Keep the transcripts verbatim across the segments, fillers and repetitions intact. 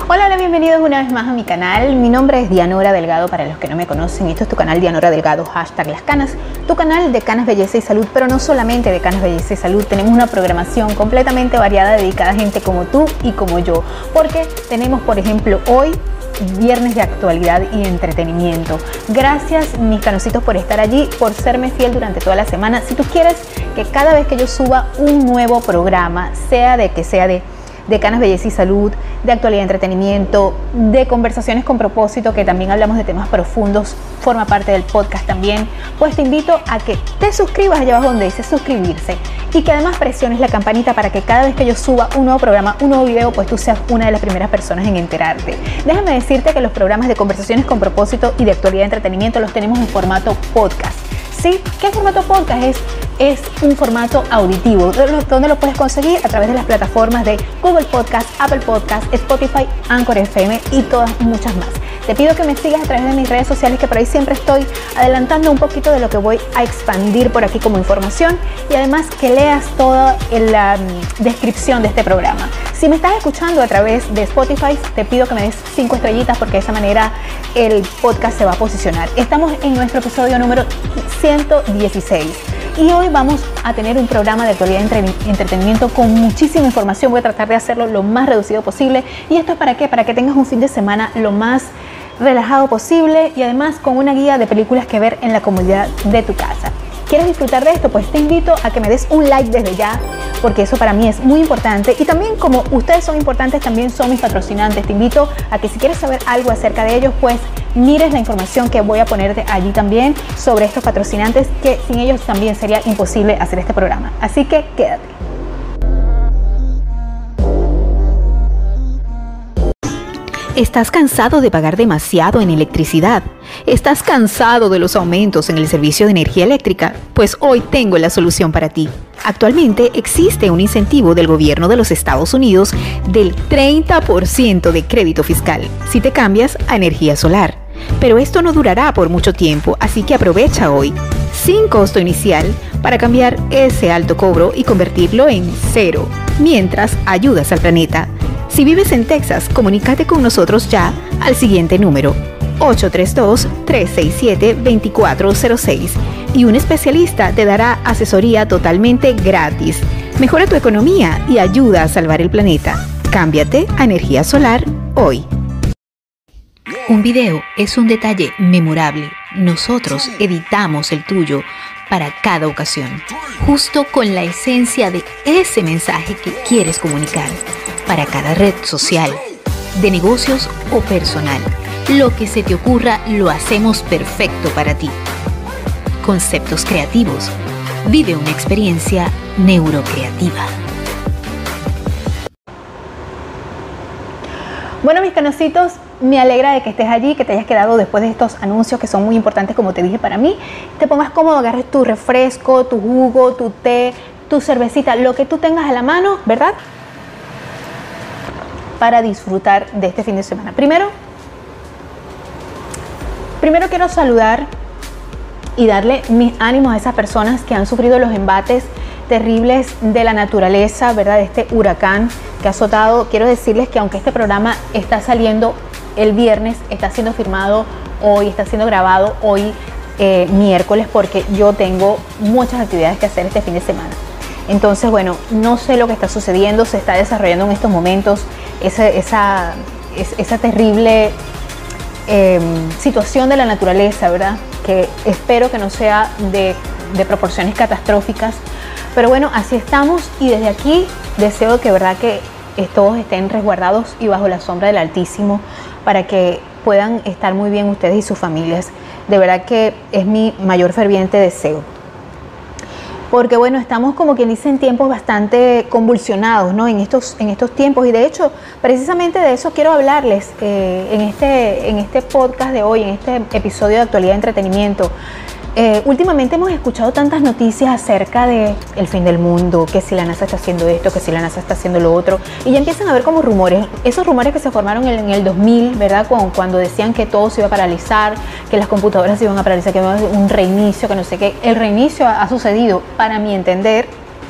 Hola, hola, bienvenidos una vez más a mi canal. Mi nombre es Dianora Delgado, para los que no me conocen. Esto es tu canal Dianora Delgado, hashtag Las Canas, tu canal de canas, belleza y salud, pero no solamente de canas, belleza y salud. Tenemos una programación completamente variada dedicada a gente como tú y como yo, porque tenemos, por ejemplo, hoy viernes de actualidad y entretenimiento. Gracias, mis canositos, por estar allí, por serme fiel durante toda la semana. Si tú quieres que cada vez que yo suba un nuevo programa, sea de que sea de de canas, belleza y salud, de actualidad y entretenimiento, de conversaciones con propósito, que también hablamos de temas profundos, forma parte del podcast también, pues te invito a que te suscribas allá abajo donde dice suscribirse y que además presiones la campanita para que cada vez que yo suba un nuevo programa, un nuevo video, pues tú seas una de las primeras personas en enterarte. Déjame decirte que los programas de conversaciones con propósito y de actualidad y entretenimiento los tenemos en formato podcast. ¿Sí? ¿Qué formato podcast es? Es un formato auditivo, donde lo puedes conseguir a través de las plataformas de Google Podcast, Apple Podcast, Spotify, Anchor F M y todas muchas más. Te pido que me sigas a través de mis redes sociales, que por ahí siempre estoy adelantando un poquito de lo que voy a expandir por aquí como información, y además que leas toda la um, descripción de este programa. Si me estás escuchando a través de Spotify, te pido que me des cinco estrellitas, porque de esa manera el podcast se va a posicionar. Estamos en nuestro episodio número ciento dieciséis. Y hoy vamos a tener un programa de actualidad y entretenimiento con muchísima información. Voy a tratar de hacerlo lo más reducido posible. ¿Y esto es para qué? Para que tengas un fin de semana lo más relajado posible, y además con una guía de películas que ver en la comodidad de tu casa. ¿Quieres disfrutar de esto? Pues te invito a que me des un like desde ya, porque eso para mí es muy importante. Y también, como ustedes son importantes, también son mis patrocinantes. Te invito a que, si quieres saber algo acerca de ellos, pues mires la información que voy a ponerte allí también sobre estos patrocinantes, que sin ellos también sería imposible hacer este programa. Así que quédate. ¿Estás cansado de pagar demasiado en electricidad? ¿Estás cansado de los aumentos en el servicio de energía eléctrica? Pues hoy tengo la solución para ti. Actualmente existe un incentivo del gobierno de los Estados Unidos del treinta por ciento de crédito fiscal si te cambias a energía solar. Pero esto no durará por mucho tiempo, así que aprovecha hoy, sin costo inicial, para cambiar ese alto cobro y convertirlo en cero, mientras ayudas al planeta. Si vives en Texas, comunícate con nosotros ya al siguiente número, ocho tres dos, tres seis siete, dos cuatro cero seis, y un especialista te dará asesoría totalmente gratis. Mejora tu economía y ayuda a salvar el planeta. Cámbiate a energía solar hoy. Un video es un detalle memorable. Nosotros editamos el tuyo para cada ocasión, justo con la esencia de ese mensaje que quieres comunicar. Para cada red social, de negocios o personal, lo que se te ocurra lo hacemos perfecto para ti. Conceptos creativos. Vive una experiencia neurocreativa. Bueno, mis canositos, me alegra de que estés allí, que te hayas quedado después de estos anuncios que son muy importantes, como te dije, para mí. Te pongas cómodo, agarres tu refresco, tu jugo, tu té, tu cervecita, lo que tú tengas a la mano, ¿verdad?, para disfrutar de este fin de semana. Primero, primero quiero saludar y darle mis ánimos a esas personas que han sufrido los embates terribles de la naturaleza, ¿verdad?, de este huracán que ha azotado. Quiero decirles que aunque este programa está saliendo el viernes, está siendo filmado hoy, está siendo grabado hoy, eh, miércoles, porque yo tengo muchas actividades que hacer este fin de semana. Entonces, bueno, no sé lo que está sucediendo, se está desarrollando en estos momentos esa, esa, esa terrible eh, situación de la naturaleza, ¿verdad?, que espero que no sea de, de proporciones catastróficas. Pero bueno, así estamos, y desde aquí deseo que, verdad, que todos estén resguardados y bajo la sombra del Altísimo, para que puedan estar muy bien ustedes y sus familias. De verdad que es mi mayor ferviente deseo. Porque bueno, estamos, como quien dice, en tiempos bastante convulsionados, ¿no?, en estos, en estos tiempos. Y de hecho, precisamente de eso quiero hablarles eh, en, este, en este podcast de hoy, en este episodio de Actualidad y Entretenimiento. Eh, últimamente hemos escuchado tantas noticias acerca de el fin del mundo, que si la NASA está haciendo esto, que si la NASA está haciendo lo otro, y ya empiezan a ver como rumores, esos rumores que se formaron en, en el dos mil, ¿verdad?, cuando, cuando decían que todo se iba a paralizar, que las computadoras se iban a paralizar, que iba a haber un reinicio, que no sé qué. El reinicio ha, ha sucedido, para mi entender,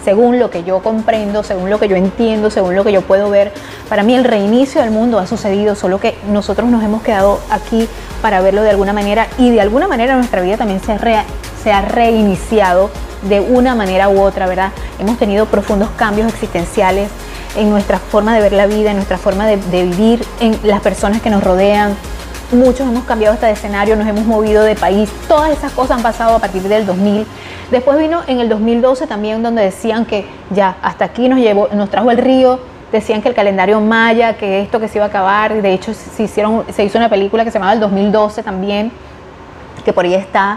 según lo que yo comprendo, según lo que yo entiendo, según lo que yo puedo ver, para mí el reinicio del mundo ha sucedido, solo que nosotros nos hemos quedado aquí para verlo de alguna manera, y de alguna manera nuestra vida también se, re, se ha reiniciado de una manera u otra, ¿verdad? Hemos tenido profundos cambios existenciales en nuestra forma de ver la vida, en nuestra forma de, de vivir, en las personas que nos rodean. Muchos hemos cambiado hasta de escenario, nos hemos movido de país, todas esas cosas han pasado a partir del dos mil. Después vino en el dos mil doce también, donde decían que ya hasta aquí nos llevó, nos trajo el río, decían que el calendario maya, que esto que se iba a acabar, de hecho se, hicieron, se hizo una película que se llamaba El dos mil doce también, que por ahí está,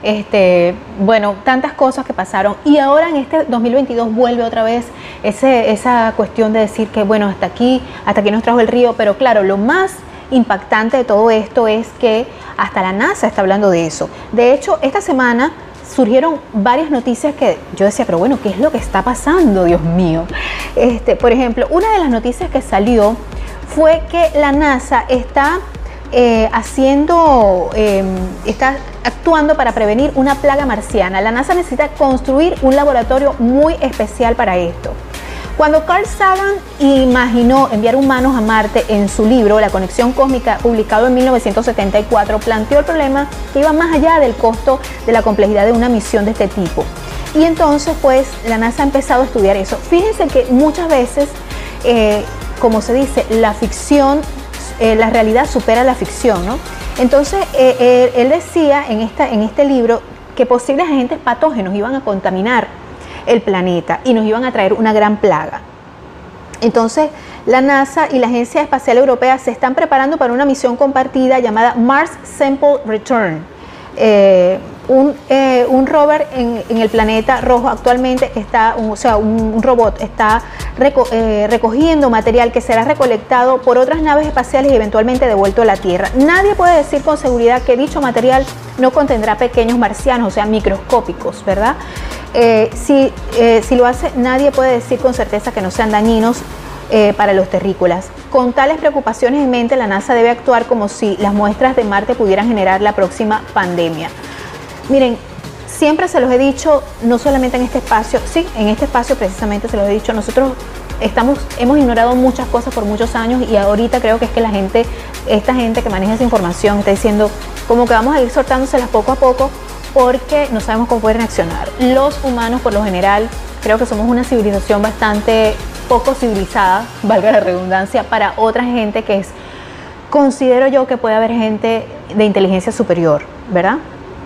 este, bueno, tantas cosas que pasaron, y ahora en este dos mil veintidós vuelve otra vez ese, esa cuestión de decir que bueno, hasta aquí, hasta aquí nos trajo el río, pero claro, lo más impactante de todo esto es que hasta la NASA está hablando de eso. De hecho, esta semana surgieron varias noticias que yo decía, pero bueno, ¿qué es lo que está pasando, Dios mío? Este, por ejemplo, una de las noticias que salió fue que la NASA está eh, haciendo, eh, está actuando para prevenir una plaga marciana. La NASA necesita construir un laboratorio muy especial para esto. Cuando Carl Sagan imaginó enviar humanos a Marte en su libro La Conexión Cósmica, publicado en mil novecientos setenta y cuatro, planteó el problema que iba más allá del costo de la complejidad de una misión de este tipo. Y entonces, pues, la NASA ha empezado a estudiar eso. Fíjense que muchas veces, eh, como se dice, la ficción, eh, la realidad supera la ficción, ¿no? Entonces, eh, eh, él decía en, esta, en este libro que posibles agentes patógenos iban a contaminar el planeta y nos iban a traer una gran plaga. Entonces, la NASA y la Agencia Espacial Europea se están preparando para una misión compartida llamada Mars Sample Return. Eh, un, eh, un rover en, en el planeta rojo actualmente está, un, o sea, un, un robot está reco eh, recogiendo material que será recolectado por otras naves espaciales y eventualmente devuelto a la Tierra. Nadie puede decir con seguridad que dicho material no contendrá pequeños marcianos, o sea, microscópicos, ¿verdad? Eh, si, eh, si lo hace, nadie puede decir con certeza que no sean dañinos eh, para los terrícolas. Con tales preocupaciones en mente, la NASA debe actuar como si las muestras de Marte pudieran generar la próxima pandemia. Miren, siempre se los he dicho, no solamente en este espacio, sí, en este espacio precisamente se los he dicho, nosotros estamos, hemos ignorado muchas cosas por muchos años, y ahorita creo que es que la gente, esta gente que maneja esa información está diciendo como que vamos a ir soltándoselas poco a poco, porque no sabemos cómo pueden reaccionar. Los humanos, por lo general, creo que somos una civilización bastante poco civilizada, valga la redundancia, para otra gente que es, considero yo que puede haber gente de inteligencia superior, ¿verdad?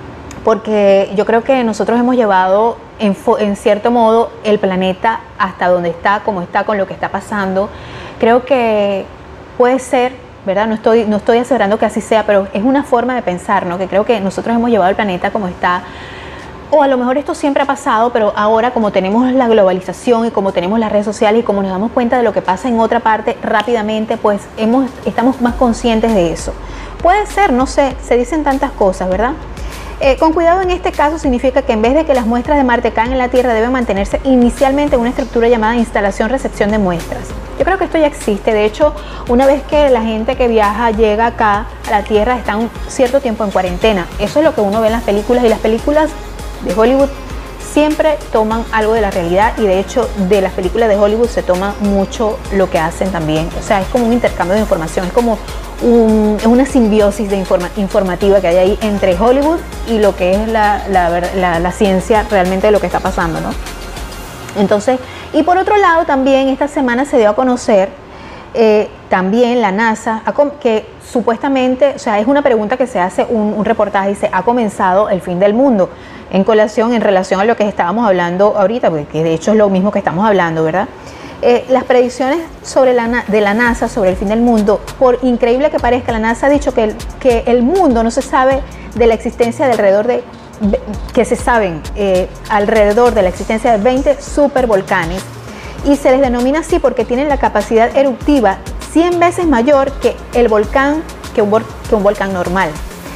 Porque yo creo que nosotros hemos llevado en, en cierto modo el planeta hasta donde está, como está, con lo que está pasando. Creo que puede ser, ¿verdad? No estoy, no estoy asegurando que así sea, pero es una forma de pensar, ¿no? Que creo que nosotros hemos llevado el planeta como está, o a lo mejor esto siempre ha pasado, pero ahora como tenemos la globalización y como tenemos las redes sociales y como nos damos cuenta de lo que pasa en otra parte rápidamente, pues hemos, estamos más conscientes de eso. Puede ser, no sé, se dicen tantas cosas, ¿verdad? Eh, con cuidado en este caso significa que en vez de que las muestras de Marte caen en la Tierra, deben mantenerse inicialmente en una estructura llamada instalación-recepción de muestras. Yo creo que esto ya existe. De hecho, una vez que la gente que viaja llega acá a la Tierra, están un cierto tiempo en cuarentena. Eso es lo que uno ve en las películas, y las películas de Hollywood siempre toman algo de la realidad, y de hecho de las películas de Hollywood se toma mucho lo que hacen también. O sea, es como un intercambio de información, es como un, una simbiosis de informa, informativa que hay ahí entre Hollywood y lo que es la, la, la, la ciencia realmente de lo que está pasando, ¿no? Entonces, y por otro lado también esta semana se dio a conocer eh, también la NASA, que supuestamente, o sea, es una pregunta que se hace, un, un reportaje, dice, ¿ha comenzado el fin del mundo? En colación, en relación a lo que estábamos hablando ahorita, porque de hecho es lo mismo que estamos hablando, ¿verdad? Eh, las predicciones sobre la, de la NASA sobre el fin del mundo, por increíble que parezca, la NASA ha dicho que el, que el mundo no se sabe de la existencia de alrededor de, que se saben eh, alrededor de la existencia de veinte supervolcanes, y se les denomina así porque tienen la capacidad eruptiva cien veces mayor que el volcán, que un, que un volcán normal.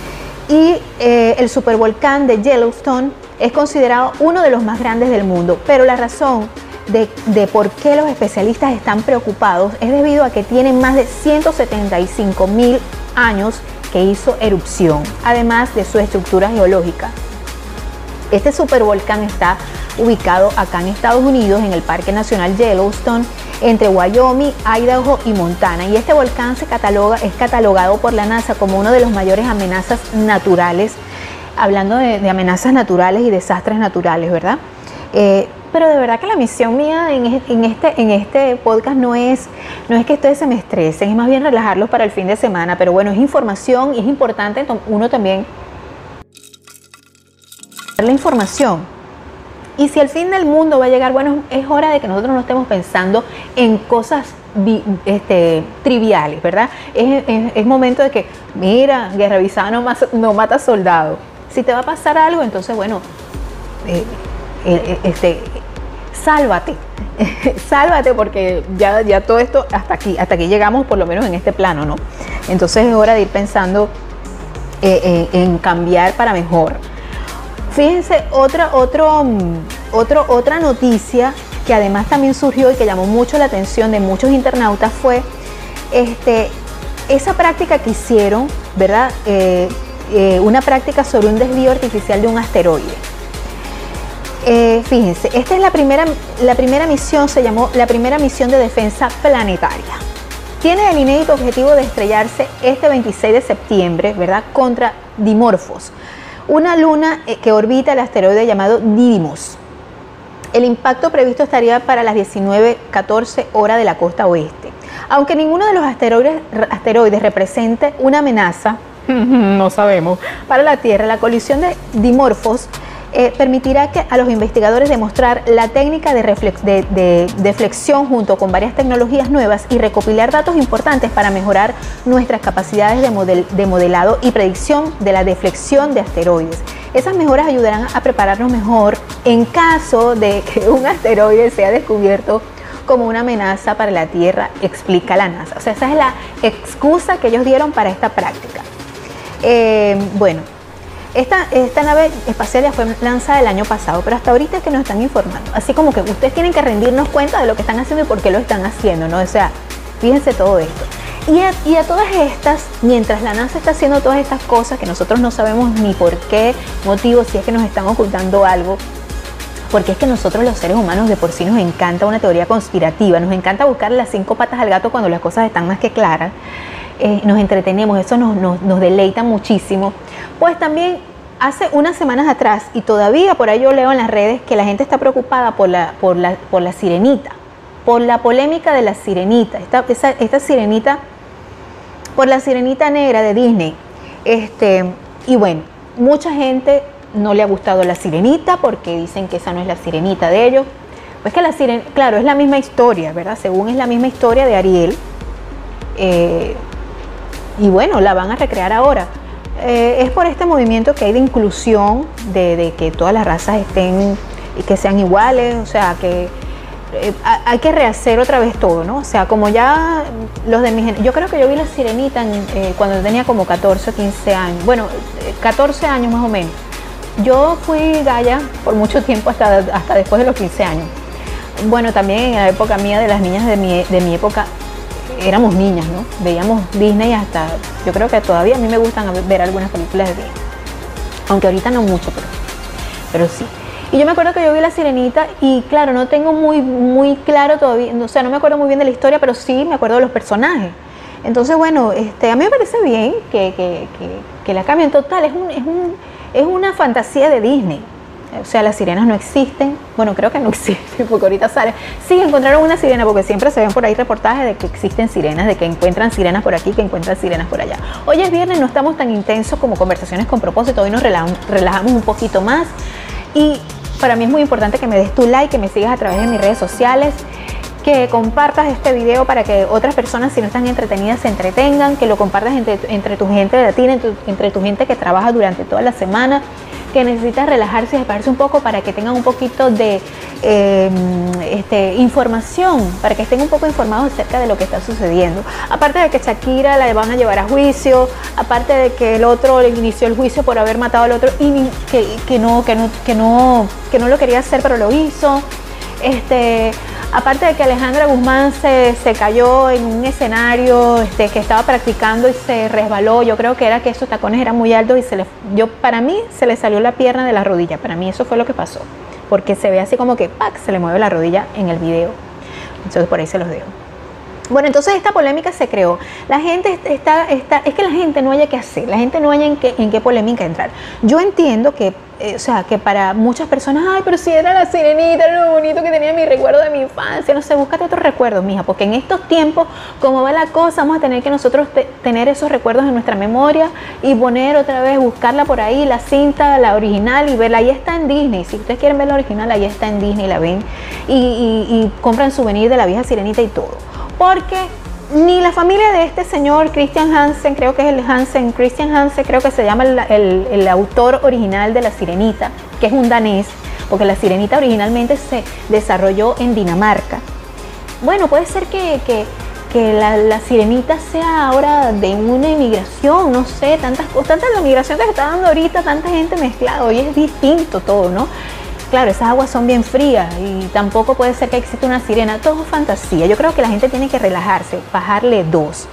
Y eh, el supervolcán de Yellowstone es considerado uno de los más grandes del mundo, pero la razón de, de por qué los especialistas están preocupados es debido a que tiene más de ciento setenta y cinco mil años que hizo erupción, además de su estructura geológica. Este supervolcán está ubicado acá en Estados Unidos, en el Parque Nacional Yellowstone, entre Wyoming, Idaho y Montana. Y este volcán se cataloga, es catalogado por la NASA como uno de los mayores amenazas naturales, hablando de, de amenazas naturales y desastres naturales, ¿verdad? Eh, pero de verdad que la misión mía en, en, este, en este podcast no es, no es que ustedes se me estresen, es más bien relajarlos para el fin de semana. Pero bueno, es información y es importante uno también dar la información. Y si al fin del mundo va a llegar, bueno, es hora de que nosotros no estemos pensando en cosas este, triviales, ¿verdad? Es, es, es momento de que, mira, guerra avisada no, no mata soldado. Si te va a pasar algo, entonces, bueno, eh, eh, este, sálvate, sálvate, porque ya, ya todo esto, hasta aquí, hasta aquí llegamos, por lo menos en este plano, ¿no? Entonces es hora de ir pensando eh, en, en cambiar para mejor. Fíjense, otra, otro, otro, otra noticia que además también surgió y que llamó mucho la atención de muchos internautas fue este, esa práctica que hicieron, ¿verdad? Eh, eh, una práctica sobre un desvío artificial de un asteroide. Eh, fíjense, esta es la primera, la primera misión, se llamó la primera misión de defensa planetaria. Tiene el inédito objetivo de estrellarse este veintiséis de septiembre, ¿verdad? Contra Dimorphos, una luna que orbita el asteroide llamado Didymos. El impacto previsto estaría para las diecinueve catorce horas de la costa oeste. Aunque ninguno de los asteroides, asteroides represente una amenaza, no sabemos, para la Tierra, la colisión de Dimorphos eh, permitirá que a los investigadores demostrar la técnica de, reflex, de, de, de flexión junto con varias tecnologías nuevas y recopilar datos importantes para mejorar nuestras capacidades de, model, de modelado y predicción de la deflexión de asteroides. Esas mejoras ayudarán a prepararnos mejor en caso de que un asteroide sea descubierto como una amenaza para la Tierra, explica la NASA. O sea, esa es la excusa que ellos dieron para esta práctica. Eh, bueno, esta, esta nave espacial ya fue lanzada el año pasado, pero hasta ahorita es que nos están informando. Así como que ustedes tienen que rendirnos cuenta de lo que están haciendo y por qué lo están haciendo, ¿no? O sea, fíjense todo esto. Y a, y a todas estas, mientras la NASA está haciendo todas estas cosas que nosotros no sabemos ni por qué motivo, si es que nos están ocultando algo, porque es que nosotros los seres humanos de por sí nos encanta una teoría conspirativa, nos encanta buscar las cinco patas al gato cuando las cosas están más que claras, eh, nos entretenemos, eso nos, nos, nos deleita muchísimo. Pues también hace unas semanas atrás, y todavía por ahí yo leo en las redes que la gente está preocupada por la, por la, por la sirenita, por la polémica de la sirenita, esta, esa, esta sirenita, por la sirenita negra de Disney. Este, y bueno, mucha gente no le ha gustado la sirenita porque dicen que esa no es la sirenita de ellos. Pues que la sirenita, claro, es la misma historia, ¿verdad? Según es la misma historia de Ariel. Eh, y bueno, la van a recrear ahora. Eh, es por este movimiento que hay de inclusión, de, de que todas las razas estén y que sean iguales, o sea, que eh, hay que rehacer otra vez todo, ¿no? O sea, como ya los de mi generación, yo creo que yo vi la sirenita en, eh, cuando tenía como catorce o quince años, bueno, catorce años más o menos. Yo fui galla por mucho tiempo, hasta, hasta después de los quince años. Bueno, también en la época mía, de las niñas de mi, de mi época, éramos niñas, ¿no? Veíamos Disney hasta, yo creo que todavía a mí me gustan ver algunas películas de Disney. Aunque ahorita no mucho, pero, pero sí. Y yo me acuerdo que yo vi La Sirenita y claro, no tengo muy, muy claro todavía, o sea, no me acuerdo muy bien de la historia, pero sí me acuerdo de los personajes. Entonces, bueno, este, a mí me parece bien que, que, que, que la cambien. Total, es, un, es, un, es una fantasía de Disney. O sea, las sirenas no existen. Bueno, creo que no existen porque ahorita sale. Sí, encontraron una sirena porque siempre se ven por ahí reportajes de que existen sirenas, de que encuentran sirenas por aquí, que encuentran sirenas por allá. Hoy es viernes, no estamos tan intensos como Conversaciones con Propósito. Hoy nos relajamos, relajamos un poquito más. Y para mí es muy importante que me des tu like, que me sigas a través de mis redes sociales, que compartas este video para que otras personas, si no están entretenidas, se entretengan, que lo compartas entre, entre tu gente latina, entre, entre tu gente que trabaja durante toda la semana, que necesitas relajarse y despejarse un poco para que tengan un poquito de eh, este, información, para que estén un poco informados acerca de lo que está sucediendo. Aparte de que Shakira la van a llevar a juicio, aparte de que el otro le inició el juicio por haber matado al otro y que, que, no, que, no, que, no, que no lo quería hacer pero lo hizo. Este, Aparte de que Alejandra Guzmán se, se cayó en un escenario este, que estaba practicando y se resbaló, yo creo que era que esos tacones eran muy altos y se le, yo, para mí se le salió la pierna de la rodilla, para mí eso fue lo que pasó, porque se ve así como que ¡pac!, se le mueve la rodilla en el video. Entonces por ahí se los dejo. Bueno, entonces esta polémica se creó. La gente está, está es que la gente no haya qué hacer, la gente no haya en qué, en qué polémica entrar. Yo entiendo que, eh, o sea, que para muchas personas, ay, pero si era la sirenita, era lo bonito que tenía mi recuerdo de mi infancia, no sé, búscate otros recuerdos, mija, porque en estos tiempos, como va la cosa, vamos a tener que nosotros te, tener esos recuerdos en nuestra memoria y poner otra vez, buscarla por ahí, la cinta, la original y verla. Ahí está en Disney. Si ustedes quieren ver la original, ahí está en Disney, la ven y, y, y compran souvenir de la vieja sirenita y todo. Porque ni la familia de este señor Christian Hansen, creo que es el Hansen, Christian Hansen, creo que se llama el, el, el autor original de La Sirenita, que es un danés, porque La Sirenita originalmente se desarrolló en Dinamarca. Bueno, puede ser que, que, que la, la Sirenita sea ahora de una inmigración, no sé, tantas cosas, tanta la migración que está dando ahorita, tanta gente mezclada, hoy es distinto todo, ¿no? Claro, esas aguas son bien frías y tampoco puede ser que exista una sirena, todo es fantasía. Yo creo que la gente tiene que relajarse, bajarle dos.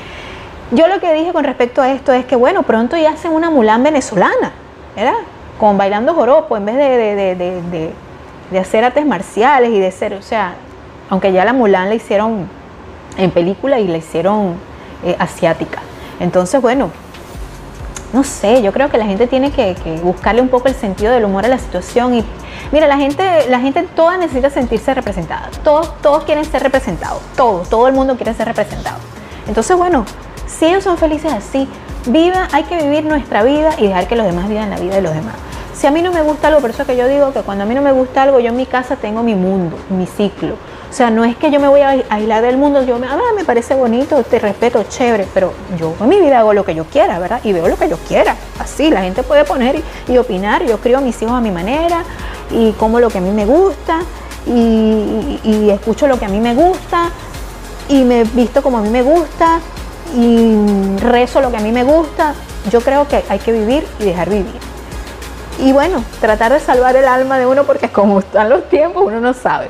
Yo lo que dije con respecto a esto es que, bueno, pronto ya hacen una Mulan venezolana, ¿verdad? Con bailando joropo en vez de, de, de, de, de, de hacer artes marciales y de ser, o sea, aunque ya la Mulan la hicieron en película y la hicieron eh, asiática. Entonces, bueno, no sé, yo creo que la gente tiene que, que buscarle un poco el sentido del humor a la situación y mira, la gente, la gente toda necesita sentirse representada. Todos, todos quieren ser representados. Todo, todo el mundo quiere ser representado. Entonces, bueno, si ellos son felices así, viva, hay que vivir nuestra vida y dejar que los demás vivan la vida de los demás. Si a mí no me gusta algo, por eso es que yo digo que cuando a mí no me gusta algo, yo en mi casa tengo mi mundo, mi ciclo. O sea, no es que yo me voy a aislar del mundo, yo me, ah, me parece bonito, te respeto, chévere, pero yo en mi vida hago lo que yo quiera, ¿verdad? Y veo lo que yo quiera. Así, la gente puede poner y, y opinar. Yo crío a mis hijos a mi manera y como lo que a mí me gusta y, y, y escucho lo que a mí me gusta y me visto como a mí me gusta y rezo lo que a mí me gusta. Yo creo que hay que vivir y dejar vivir. Y bueno, tratar de salvar el alma de uno porque como están los tiempos uno no sabe.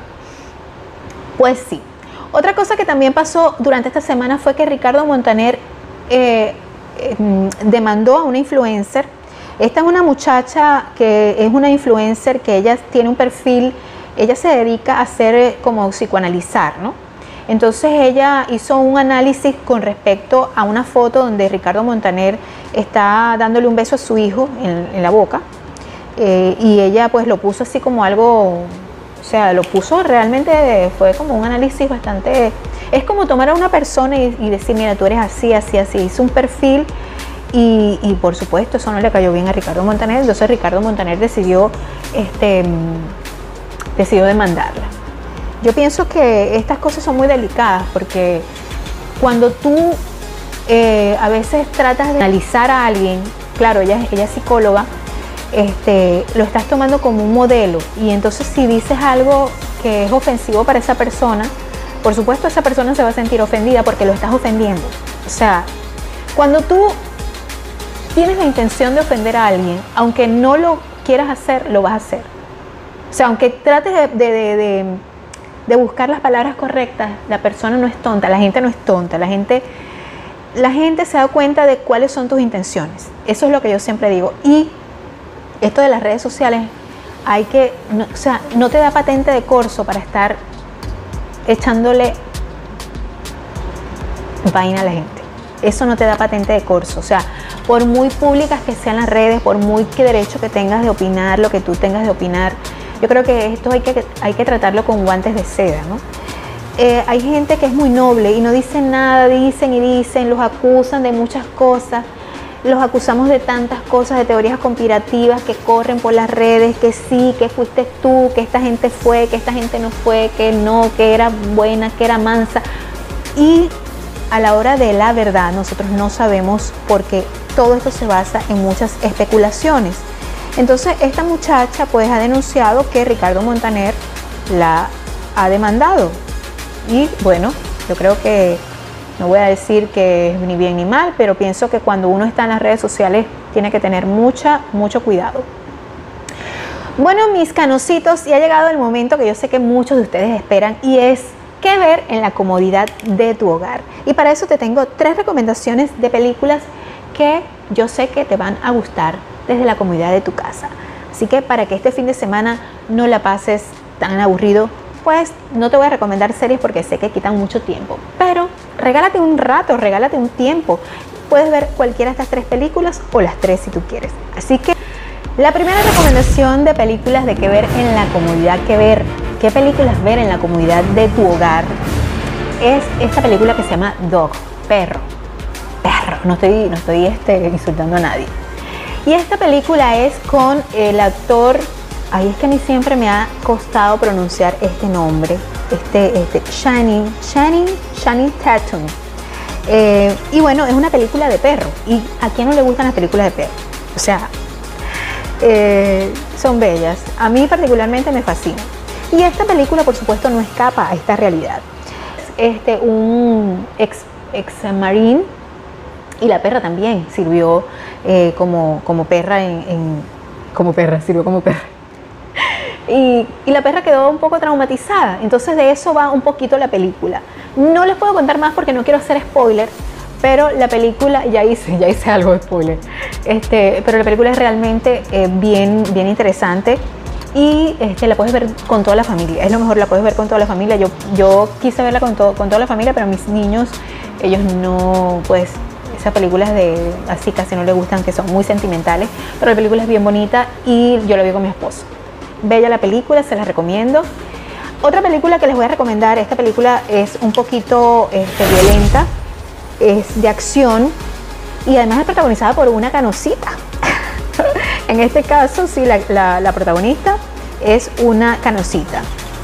Pues sí. Otra cosa que también pasó durante esta semana fue que Ricardo Montaner eh, eh, demandó a una influencer. Esta es una muchacha que es una influencer que ella tiene un perfil, ella se dedica a hacer como psicoanalizar, ¿no? Entonces ella hizo un análisis con respecto a una foto donde Ricardo Montaner está dándole un beso a su hijo en, en la boca eh, y ella pues lo puso así como algo... O sea, lo puso realmente, fue como un análisis bastante... Es como tomar a una persona y, y decir, mira, tú eres así, así, así. Hizo un perfil y, y por supuesto eso no le cayó bien a Ricardo Montaner. Entonces Ricardo Montaner decidió, este, decidió demandarla. Yo pienso que estas cosas son muy delicadas porque cuando tú eh, a veces tratas de analizar a alguien, claro, ella, ella es psicóloga, Este, lo estás tomando como un modelo y entonces si dices algo que es ofensivo para esa persona, por supuesto esa persona se va a sentir ofendida porque lo estás ofendiendo. O sea, cuando tú tienes la intención de ofender a alguien, aunque no lo quieras hacer, lo vas a hacer. O sea, aunque trates de, de, de, de, de buscar las palabras correctas, la persona no es tonta, la gente no es tonta, la gente, la gente se da cuenta de cuáles son tus intenciones. Eso es lo que yo siempre digo. Y esto de las redes sociales, hay que, no, o sea, no te da patente de corso para estar echándole vaina a la gente. Eso no te da patente de corso. O sea, por muy públicas que sean las redes, por muy que derecho que tengas de opinar, lo que tú tengas de opinar, yo creo que esto hay que, hay que tratarlo con guantes de seda, ¿no? Eh, hay gente que es muy noble y no dicen nada, dicen y dicen, los acusan de muchas cosas. Los acusamos de tantas cosas, de teorías conspirativas que corren por las redes, que sí, que fuiste tú, que esta gente fue, que esta gente no fue, que no, que era buena, que era mansa. Y a la hora de la verdad nosotros no sabemos porque todo esto se basa en muchas especulaciones. Entonces esta muchacha pues ha denunciado que Ricardo Montaner la ha demandado. Y bueno, yo creo que no voy a decir que es ni bien ni mal, pero pienso que cuando uno está en las redes sociales tiene que tener mucha, mucho cuidado. Bueno, mis canositos, y ha llegado el momento que yo sé que muchos de ustedes esperan, y es qué ver en la comodidad de tu hogar. Y para eso te tengo tres recomendaciones de películas que yo sé que te van a gustar desde la comodidad de tu casa. Así que para que este fin de semana no la pases tan aburrido, pues no te voy a recomendar series porque sé que quitan mucho tiempo, pero regálate un rato, regálate un tiempo. Puedes ver cualquiera de estas tres películas o las tres si tú quieres. Así que la primera recomendación de películas de qué ver en la comodidad, qué ver, qué películas ver en la comodidad de tu hogar, es esta película que se llama Dog, perro. Perro, no estoy, no estoy este, insultando a nadie. Y esta película es con el actor, ahí es que a mí siempre me ha costado pronunciar este nombre, este, este, Channing, Channing, Channing Tatum. Eh, y bueno, es una película de perro. ¿Y a quién no le gustan las películas de perro? O sea, eh, son bellas. A mí particularmente me fascina. Y esta película, por supuesto, no escapa a esta realidad. Este, un ex, ex marine, y la perra también sirvió eh, como, como perra en, en como perra, sirvió como perra. Y, y la perra quedó un poco traumatizada. Entonces de eso va un poquito la película. No les puedo contar más porque no quiero hacer spoiler, pero la película, ya hice, ya hice algo de spoiler. Este, pero la película es realmente eh, bien, bien interesante. Y este, la puedes ver con toda la familia, es lo mejor, la puedes ver con toda la familia. Yo, yo quise verla con, to, con toda la familia, pero a mis niños, ellos no, pues, esas películas de así casi no les gustan, que son muy sentimentales, pero la película es bien bonita y yo la vi con mi esposo. Bella la película, se la recomiendo. Otra película que les voy a recomendar, esta película es un poquito este, violenta, es de acción y además es protagonizada por una canosita. En este caso, sí, la, la, la protagonista es una canosita.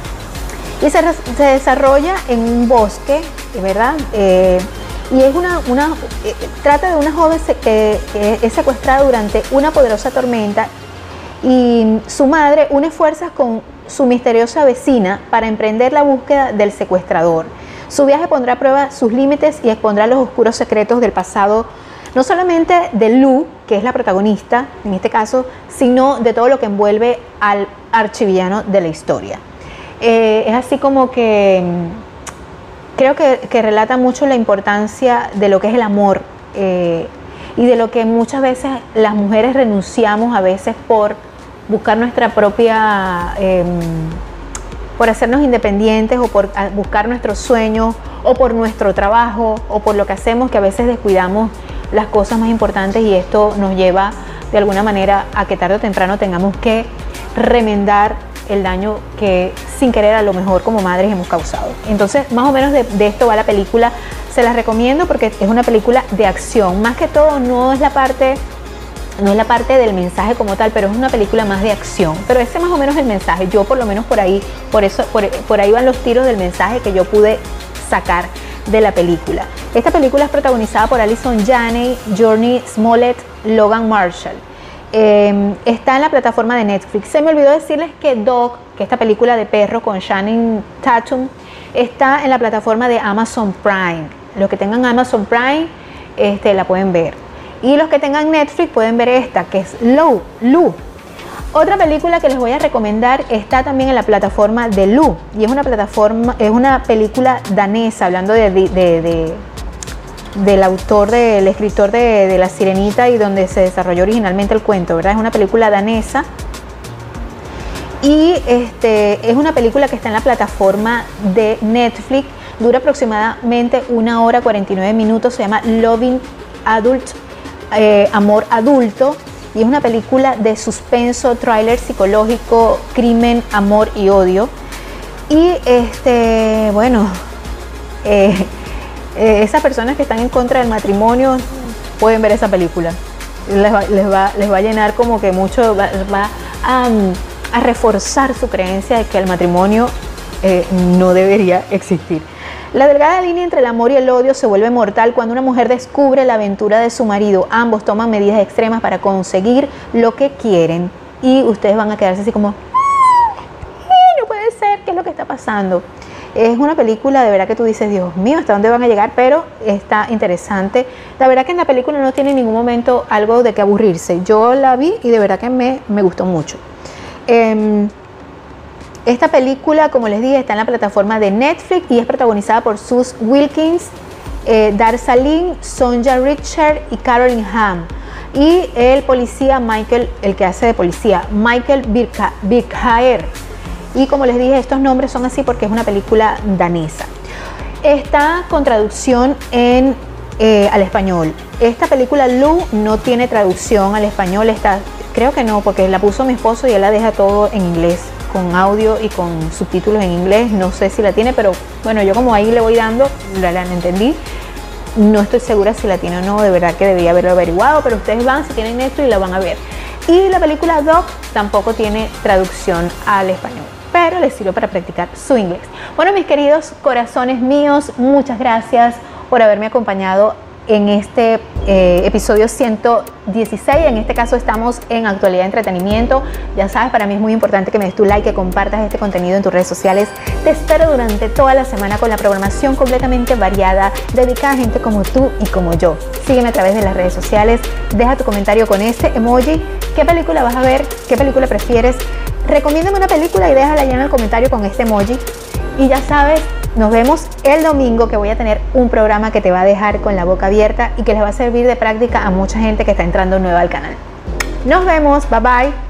Y se, se desarrolla en un bosque, ¿verdad? Eh, y es una, una eh, trata de una joven que eh, es secuestrada durante una poderosa tormenta y su madre une fuerzas con su misteriosa vecina para emprender la búsqueda del secuestrador. Su viaje pondrá a prueba sus límites y expondrá los oscuros secretos del pasado, no solamente de Lou, que es la protagonista en este caso, sino de todo lo que envuelve al archivillano de la historia. Eh, es así como que creo que, que relata mucho la importancia de lo que es el amor eh, y de lo que muchas veces las mujeres renunciamos a veces por buscar nuestra propia, eh, por hacernos independientes o por buscar nuestros sueños o por nuestro trabajo o por lo que hacemos, que a veces descuidamos las cosas más importantes y esto nos lleva de alguna manera a que tarde o temprano tengamos que remendar el daño que sin querer a lo mejor como madres hemos causado. Entonces más o menos de, de esto va la película, se las recomiendo porque es una película de acción, más que todo no es la parte no es la parte del mensaje como tal, pero es una película más de acción, pero ese más o menos es el mensaje, yo por lo menos por ahí, por eso, por, por ahí van los tiros del mensaje que yo pude sacar de la película. Esta película es protagonizada por Allison Janney, Jurnee Smollett, Logan Marshall. Eh, está en la plataforma de Netflix. Se me olvidó decirles que Dog, que esta película de perro con Channing Tatum, está en la plataforma de Amazon Prime. Los que tengan Amazon Prime este, la pueden ver. Y los que tengan Netflix pueden ver esta, que es Lou, Lou. Otra película que les voy a recomendar está también en la plataforma de Lou y es una plataforma, es una película danesa, hablando de, de, de, de del autor, del escritor de, de La Sirenita y donde se desarrolló originalmente el cuento, ¿verdad? Es una película danesa y este, es una película que está en la plataforma de Netflix, dura aproximadamente una hora cuarenta y nueve minutos, se llama Loving Adult, eh, Amor Adulto. Y es una película de suspenso, thriller psicológico, crimen, amor y odio. Y este, bueno, eh, eh, esas personas que están en contra del matrimonio pueden ver esa película. Les va, les va, les va a llenar como que mucho, va, va a, a reforzar su creencia de que el matrimonio eh, no debería existir. La delgada línea entre el amor y el odio se vuelve mortal cuando una mujer descubre la aventura de su marido. Ambos toman medidas extremas para conseguir lo que quieren y ustedes van a quedarse así como no puede ser, ¿qué es lo que está pasando? Es una película de verdad que tú dices, Dios mío, ¿hasta dónde van a llegar? Pero está interesante. La verdad que en la película no tiene en ningún momento algo de que aburrirse. Yo la vi y de verdad que me, me gustó mucho. Eh, esta película, como les dije, está en la plataforma de Netflix y es protagonizada por Sus Wilkins, eh, Darza Lynn, Sonja Richard y Caroline Hamm. Y el policía Michael, el que hace de policía, Michael Birkhaer. Y como les dije, estos nombres son así porque es una película danesa. Está con traducción en, eh, al español. Esta película Lou no tiene traducción al español, está, creo que no, porque la puso mi esposo y él la deja todo en inglés, con audio y con subtítulos en inglés. No sé si la tiene, pero bueno, yo como ahí le voy dando, la, la entendí. No estoy segura si la tiene o no, de verdad que debía haberlo averiguado, pero ustedes van, si tienen esto, y la van a ver. Y la película Doc tampoco tiene traducción al español, pero les sirve para practicar su inglés. Bueno, mis queridos corazones míos, muchas gracias por haberme acompañado en este eh, episodio ciento dieciséis. En este caso estamos en actualidad, entretenimiento. Ya sabes, para mí es muy importante que me des tu like, que compartas este contenido en tus redes sociales. Te espero durante toda la semana con la programación completamente variada, dedicada a gente como tú y como yo. Sígueme a través de las redes sociales, deja tu comentario con este emoji. ¿Qué película vas a ver? ¿Qué película prefieres? Recomiéndame una película y déjala allá en el comentario con este emoji. Y ya sabes, nos vemos el domingo, que voy a tener un programa que te va a dejar con la boca abierta y que les va a servir de práctica a mucha gente que está entrando nueva al canal. Nos vemos, bye bye.